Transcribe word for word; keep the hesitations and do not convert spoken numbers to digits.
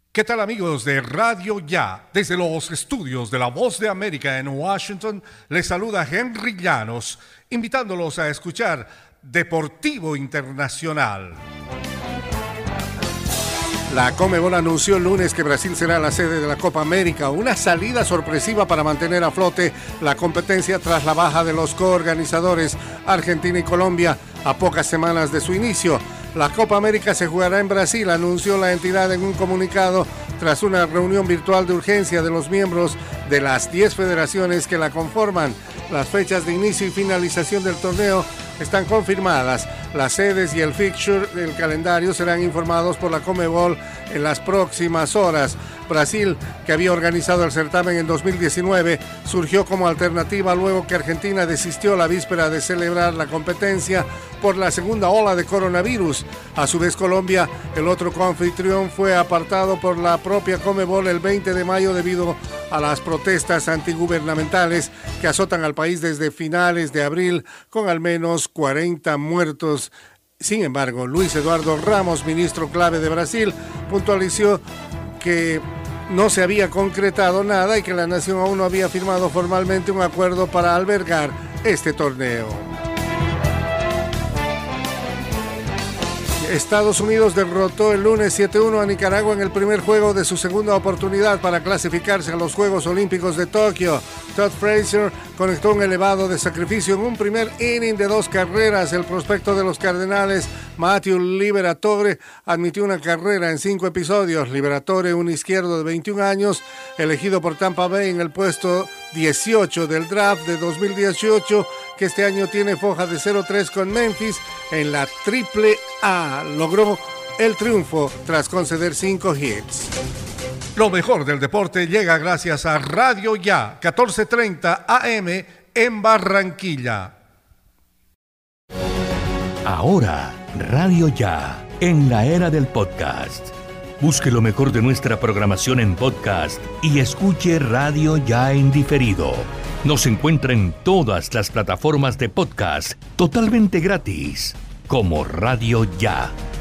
¿Qué tal, amigos de Radio Ya? Desde los estudios de La Voz de América en Washington, les saluda Henry Llanos, invitándolos a escuchar Deportivo Internacional. La Conmebol anunció el lunes que Brasil será la sede de la Copa América, una salida sorpresiva para mantener a flote la competencia tras la baja de los coorganizadores Argentina y Colombia a pocas semanas de su inicio. La Copa América se jugará en Brasil, anunció la entidad en un comunicado tras una reunión virtual de urgencia de los miembros de las diez federaciones que la conforman. Las fechas de inicio y finalización del torneo están confirmadas. Las sedes y el fixture del calendario serán informados por la Conmebol en las próximas horas. Brasil, que había organizado el certamen en dos mil diecinueve, surgió como alternativa luego que Argentina desistió la víspera de celebrar la competencia por la segunda ola de coronavirus. A su vez, Colombia, el otro coanfitrión, fue apartado por la propia Conmebol el veinte de mayo debido a las protestas antigubernamentales que azotan al país desde finales de abril, con al menos cuarenta muertos. Sin embargo, Luis Eduardo Ramos, ministro clave de Brasil, puntualizó que no se había concretado nada y que la nación aún no había firmado formalmente un acuerdo para albergar este torneo. Estados Unidos derrotó el lunes siete a uno a Nicaragua en el primer juego de su segunda oportunidad para clasificarse a los Juegos Olímpicos de Tokio. Todd Frazier conectó un elevado de sacrificio en un primer inning de dos carreras. El prospecto de los Cardenales, Matthew Liberatore, admitió una carrera en cinco episodios. Liberatore, un izquierdo de veintiún años, elegido por Tampa Bay en el puesto dieciocho del draft de dos mil dieciocho, que este año tiene foja de cero tres con Memphis en la Triple A. Logró el triunfo tras conceder cinco hits. Lo mejor del deporte llega gracias a Radio Ya, catorce treinta A M en Barranquilla. Ahora, Radio Ya, en la era del podcast. Busque lo mejor de nuestra programación en podcast y escuche Radio Ya en diferido. Nos encuentra en todas las plataformas de podcast totalmente gratis, como Radio Ya.